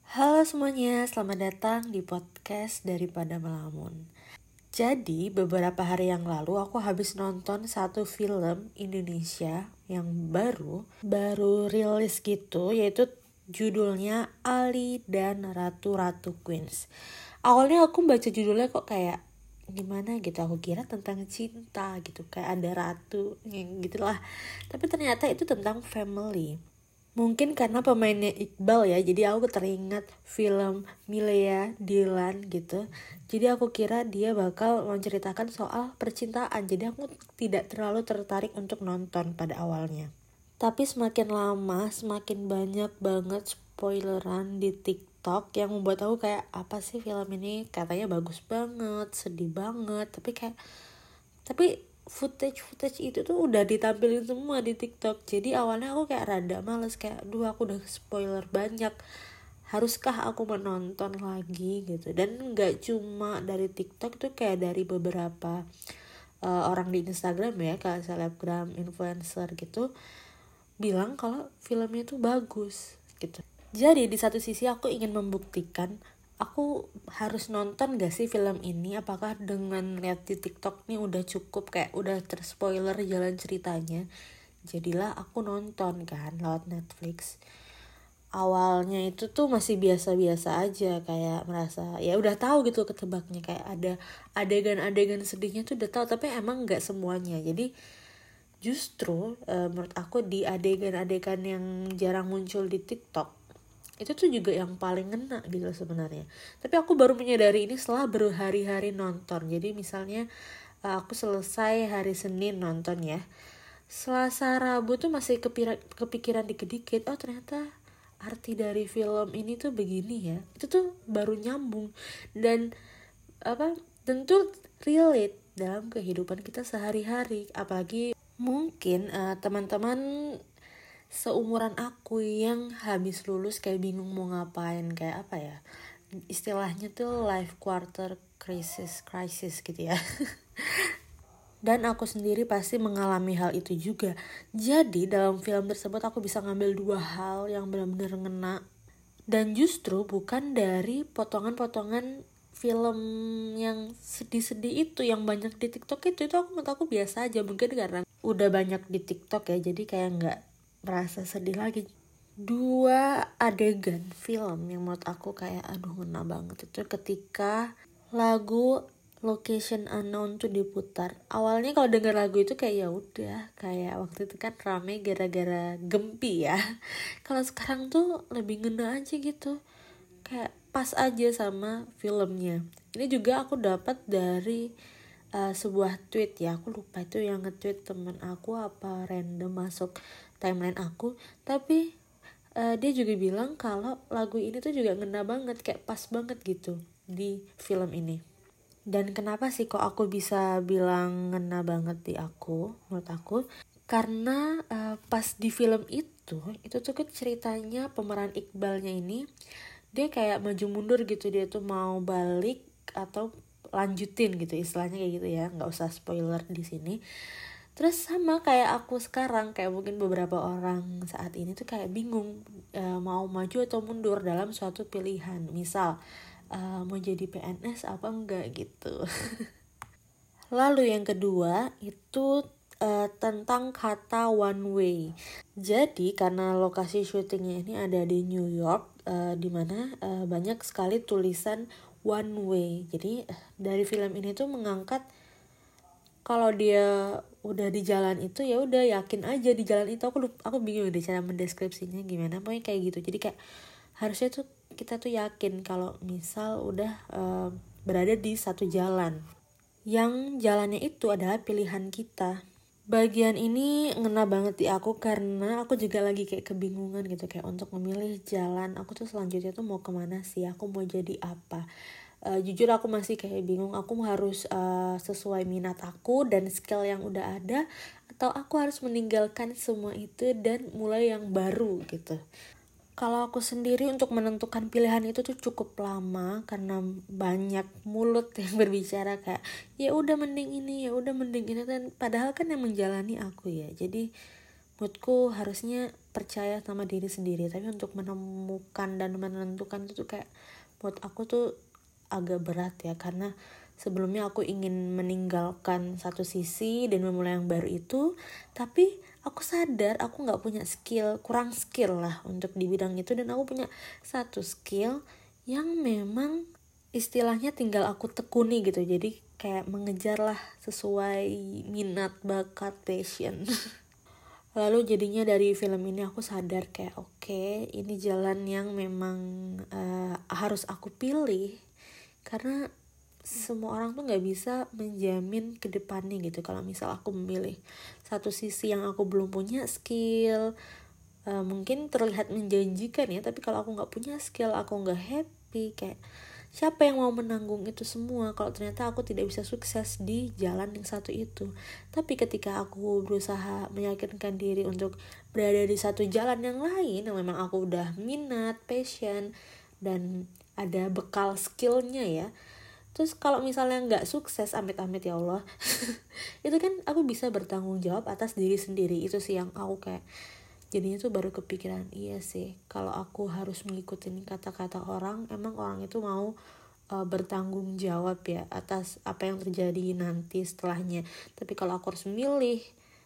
Halo semuanya, selamat datang di podcast Daripada Melamun. Jadi beberapa hari yang lalu aku habis nonton satu film Indonesia yang baru rilis gitu, yaitu judulnya Ali dan Ratu-Ratu Queens. Awalnya aku baca judulnya kok kayak gimana gitu, aku kira tentang cinta gitu, kayak ada ratu gitulah. Tapi ternyata itu tentang family. Mungkin karena pemainnya Iqbal ya, jadi aku teringat film Milea Dilan gitu. Jadi aku kira dia bakal menceritakan soal percintaan, jadi aku tidak terlalu tertarik untuk nonton pada awalnya. Tapi semakin lama, semakin banyak banget spoileran di TikTok yang membuat aku kayak, apa sih film ini? Katanya bagus banget, sedih banget, tapi footage itu tuh udah ditampilin semua di TikTok. Jadi awalnya aku kayak rada males, kayak duh aku udah spoiler banyak, haruskah aku menonton lagi gitu. Dan nggak cuma dari TikTok, tuh kayak dari beberapa orang di Instagram ya, kayak selebgram, influencer gitu, bilang kalau filmnya tuh bagus gitu. Jadi di satu sisi aku ingin membuktikan aku harus nonton gak sih film ini, apakah dengan lihat di TikTok nih udah cukup, kayak udah terspoiler jalan ceritanya. Jadilah aku nonton kan lewat Netflix. Awalnya itu tuh masih biasa-biasa aja, kayak merasa ya udah tahu gitu ketebaknya, kayak ada adegan-adegan sedihnya tuh udah tahu, tapi emang nggak semuanya. Jadi justru menurut aku di adegan-adegan yang jarang muncul di TikTok itu tuh juga yang paling ngena gitu sebenarnya. Tapi aku baru menyadari ini setelah berhari-hari nonton. Jadi misalnya aku selesai hari Senin nonton ya, Selasa Rabu tuh masih kepikiran dikit-dikit, oh ternyata arti dari film ini tuh begini ya. Itu tuh baru nyambung dan tentu relate dalam kehidupan kita sehari-hari. Apalagi mungkin teman-teman seumuran aku yang habis lulus kayak bingung mau ngapain, kayak apa ya, istilahnya tuh life quarter crisis gitu ya. Dan aku sendiri pasti mengalami hal itu juga. Jadi dalam film tersebut aku bisa ngambil dua hal yang benar-benar ngena. Dan justru bukan dari potongan-potongan film yang sedih-sedih itu yang banyak di TikTok itu aku menurut aku biasa aja. Mungkin karena udah banyak di TikTok ya, jadi kayak nggak merasa sedih lagi. Dua adegan film yang menurut aku kayak aduh ngena banget itu ketika lagu Location Unknown tuh diputar. Awalnya kalau denger lagu itu kayak ya udah, kayak waktu itu kan rame gara-gara Gempi ya. Kalau sekarang tuh lebih ngena aja gitu, kayak pas aja sama filmnya. Ini juga aku dapat dari sebuah tweet ya, aku lupa itu yang nge-tweet temen aku apa random masuk timeline aku, tapi dia juga bilang kalau lagu ini tuh juga ngena banget, kayak pas banget gitu di film ini. Dan kenapa sih kok aku bisa bilang ngena banget di aku, menurut aku, karena pas di film itu tuh kan ceritanya pemeran Iqbalnya ini dia kayak maju mundur gitu, dia tuh mau balik atau lanjutin gitu, istilahnya kayak gitu ya, nggak usah spoiler di sini. Terus sama kayak aku sekarang, kayak mungkin beberapa orang saat ini tuh kayak bingung mau maju atau mundur dalam suatu pilihan, misal mau jadi PNS apa enggak gitu. Lalu yang kedua itu tentang kata one way. Jadi karena lokasi syutingnya ini ada di New York, di mana banyak sekali tulisan one way. Jadi dari film ini tuh mengangkat kalau dia udah di jalan itu ya udah yakin aja di jalan itu. Aku bingung deh cara mendeskripsinya gimana, pokoknya kayak gitu. Jadi kayak harusnya tuh kita tuh yakin kalau misal udah berada di satu jalan, yang jalannya itu adalah pilihan kita. Bagian ini ngena banget di aku karena aku juga lagi kayak kebingungan gitu, kayak untuk memilih jalan aku tuh selanjutnya tuh mau kemana sih, aku mau jadi apa. Jujur aku masih kayak bingung, aku harus sesuai minat aku dan skill yang udah ada, atau aku harus meninggalkan semua itu dan mulai yang baru gitu. Kalau aku sendiri untuk menentukan pilihan itu tuh cukup lama karena banyak mulut yang berbicara kayak ya udah mending ini, ya udah mending ini, dan padahal kan yang menjalani aku ya. Jadi menurutku harusnya percaya sama diri sendiri, tapi untuk menemukan dan menentukan itu tuh kayak buat aku tuh agak berat ya, karena sebelumnya aku ingin meninggalkan satu sisi dan memulai yang baru itu, tapi aku sadar aku nggak punya skill, kurang skill lah untuk di bidang itu, dan aku punya satu skill yang memang istilahnya tinggal aku tekuni gitu. Jadi kayak mengejar lah sesuai minat, bakat, passion. Lalu jadinya dari film ini aku sadar kayak oke, ini jalan yang memang harus aku pilih, karena semua orang tuh nggak bisa menjamin ke depannya gitu. Kalau misal aku memilih satu sisi yang aku belum punya skill, mungkin terlihat menjanjikan ya, tapi kalau aku nggak punya skill, aku nggak happy, kayak siapa yang mau menanggung itu semua kalau ternyata aku tidak bisa sukses di jalan yang satu itu. Tapi ketika aku berusaha meyakinkan diri untuk berada di satu jalan yang lain yang memang aku udah minat, passion, dan ada bekal skillnya ya, terus kalau misalnya nggak sukses, amit-amit ya Allah, itu kan aku bisa bertanggung jawab atas diri sendiri. Itu sih yang aku kayak jadinya tuh baru kepikiran, iya sih, kalau aku harus mengikuti kata-kata orang, emang orang itu mau bertanggung jawab ya atas apa yang terjadi nanti setelahnya. Tapi kalau aku harus milih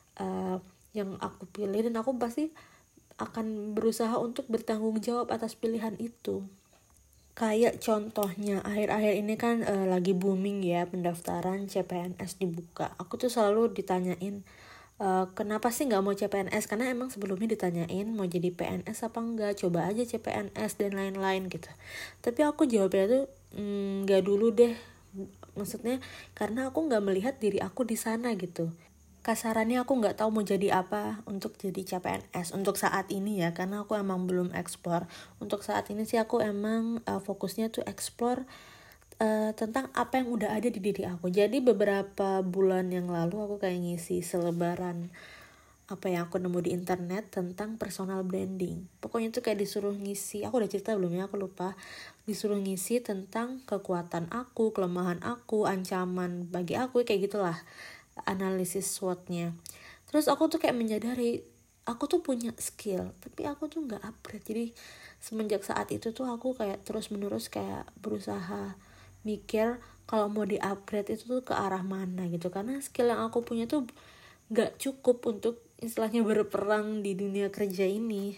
yang aku pilih, dan aku pasti akan berusaha untuk bertanggung jawab atas pilihan itu. Kayak contohnya akhir-akhir ini kan lagi booming ya pendaftaran CPNS dibuka. Aku tuh selalu ditanyain, kenapa sih nggak mau CPNS? Karena emang sebelumnya ditanyain mau jadi PNS apa enggak, coba aja CPNS dan lain-lain gitu. Tapi aku jawabnya tuh nggak dulu deh. Maksudnya karena aku nggak melihat diri aku di sana gitu. Kasarannya aku nggak tahu mau jadi apa untuk jadi CPNS untuk saat ini ya, karena aku emang belum explore. Untuk saat ini sih aku emang fokusnya tuh explore tentang apa yang udah ada di diri aku. Jadi beberapa bulan yang lalu aku kayak ngisi selebaran apa yang aku nemu di internet tentang personal branding. Pokoknya tuh kayak disuruh ngisi, aku udah cerita belum ya, aku lupa. Disuruh ngisi tentang kekuatan aku, kelemahan aku, ancaman bagi aku, kayak gitulah analisis SWOT-nya. Terus aku tuh kayak menyadari aku tuh punya skill, tapi aku tuh nggak upgrade. Jadi semenjak saat itu tuh aku kayak terus menerus kayak berusaha mikir kalau mau di upgrade itu tuh ke arah mana gitu, karena skill yang aku punya tuh nggak cukup untuk istilahnya berperang di dunia kerja ini.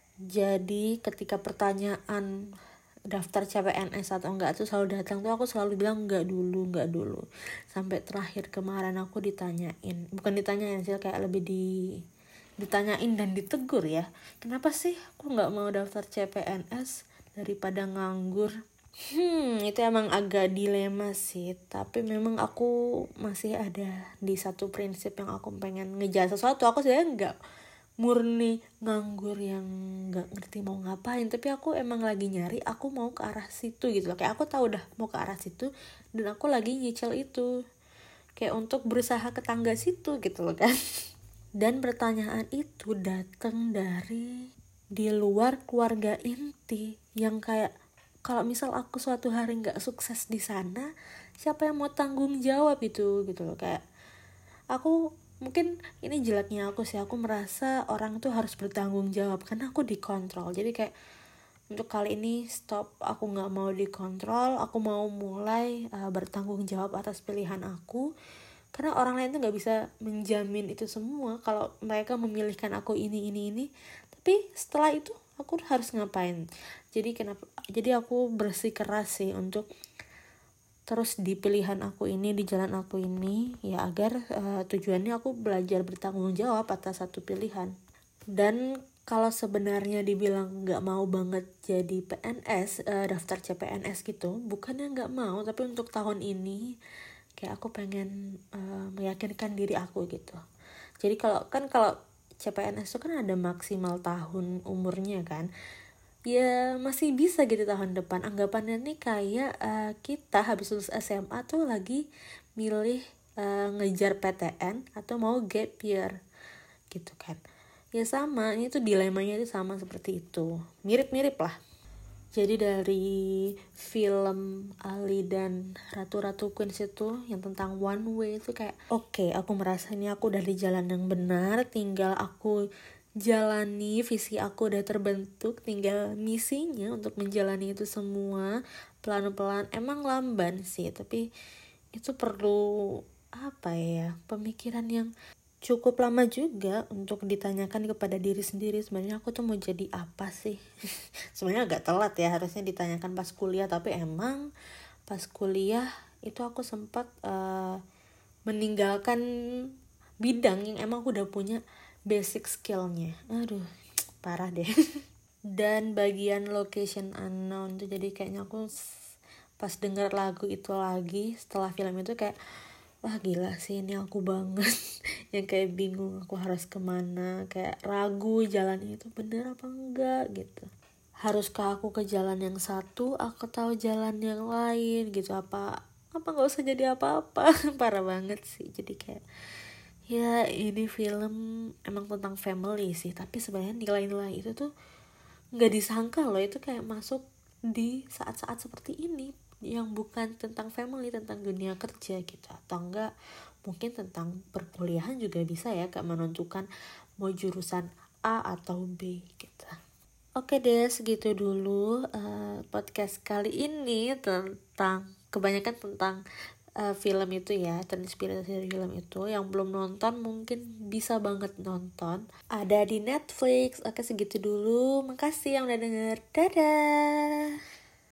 Jadi ketika pertanyaan daftar CPNS atau enggak tuh selalu datang tuh, aku selalu bilang enggak dulu. Sampai terakhir kemarin aku ditanyain, bukan ditanyain sih, kayak lebih ditanyain dan ditegur ya, kenapa sih aku nggak mau daftar CPNS daripada nganggur. Itu emang agak dilema sih, tapi memang aku masih ada di satu prinsip yang aku pengen ngejar sesuatu. Aku sebenarnya nggak murni nganggur yang nggak ngerti mau ngapain, tapi aku emang lagi nyari aku mau ke arah situ gitu loh. Kayak aku tahu udah mau ke arah situ dan aku lagi nyicil itu, kayak untuk berusaha ke tangga situ gitu loh kan. Dan pertanyaan itu datang dari di luar keluarga inti yang kayak kalau misal aku suatu hari nggak sukses di sana, siapa yang mau tanggung jawab itu gitu loh. Kayak aku, mungkin ini jeleknya aku sih, aku merasa orang tuh harus bertanggung jawab karena aku dikontrol. Jadi kayak untuk kali ini stop, aku nggak mau dikontrol, aku mau mulai bertanggung jawab atas pilihan aku, karena orang lain tuh nggak bisa menjamin itu semua. Kalau mereka memilihkan aku ini, tapi setelah itu aku harus ngapain. Jadi aku bersikeras sih untuk terus di pilihan aku ini, di jalan aku ini ya, agar tujuannya aku belajar bertanggung jawab atas satu pilihan. Dan kalau sebenarnya dibilang nggak mau banget jadi PNS, daftar CPNS gitu, bukannya nggak mau, tapi untuk tahun ini kayak aku pengen meyakinkan diri aku gitu. Jadi kalau CPNS itu kan ada maksimal tahun umurnya kan, ya masih bisa gitu tahun depan. Anggapannya nih kayak kita habis lulus SMA tuh lagi milih ngejar PTN atau mau gap year gitu kan. Ya sama, ini tuh dilemanya itu sama seperti itu, mirip-mirip lah. Jadi dari film Ali dan Ratu-Ratu Queens itu yang tentang one way itu kayak oke, aku merasa ini aku udah di jalan yang benar, tinggal aku jalani, visi aku udah terbentuk, tinggal misinya untuk menjalani itu semua pelan-pelan. Emang lamban sih, tapi itu perlu pemikiran yang cukup lama juga untuk ditanyakan kepada diri sendiri, sebenarnya aku tuh mau jadi apa sih. Sebenarnya agak telat ya, harusnya ditanyakan pas kuliah, tapi emang pas kuliah itu aku sempat meninggalkan bidang yang emang aku udah punya basic skillnya. Aduh, parah deh. Dan bagian location unknown tuh jadi kayaknya aku pas denger lagu itu lagi setelah film itu kayak, wah gila sih, ini aku banget. Yang kayak bingung aku harus kemana, kayak ragu jalan itu bener apa enggak gitu. Haruskah aku ke jalan yang satu, aku tahu jalan yang lain gitu, apa nggak usah jadi apa-apa. Parah banget sih. Jadi kayak, ya ini film emang tentang family sih, tapi sebenarnya nilai-nilai itu tuh nggak disangka loh, itu kayak masuk di saat-saat seperti ini yang bukan tentang family, tentang dunia kerja gitu, atau enggak mungkin tentang perkuliahan juga bisa ya, kayak menentukan mau jurusan A atau B gitu. Oke deh, segitu dulu podcast kali ini tentang, kebanyakan tentang film itu ya, terinspirasi dari film itu. Yang belum nonton mungkin bisa banget nonton, ada di Netflix. Oke, segitu dulu, makasih yang udah denger, dadah.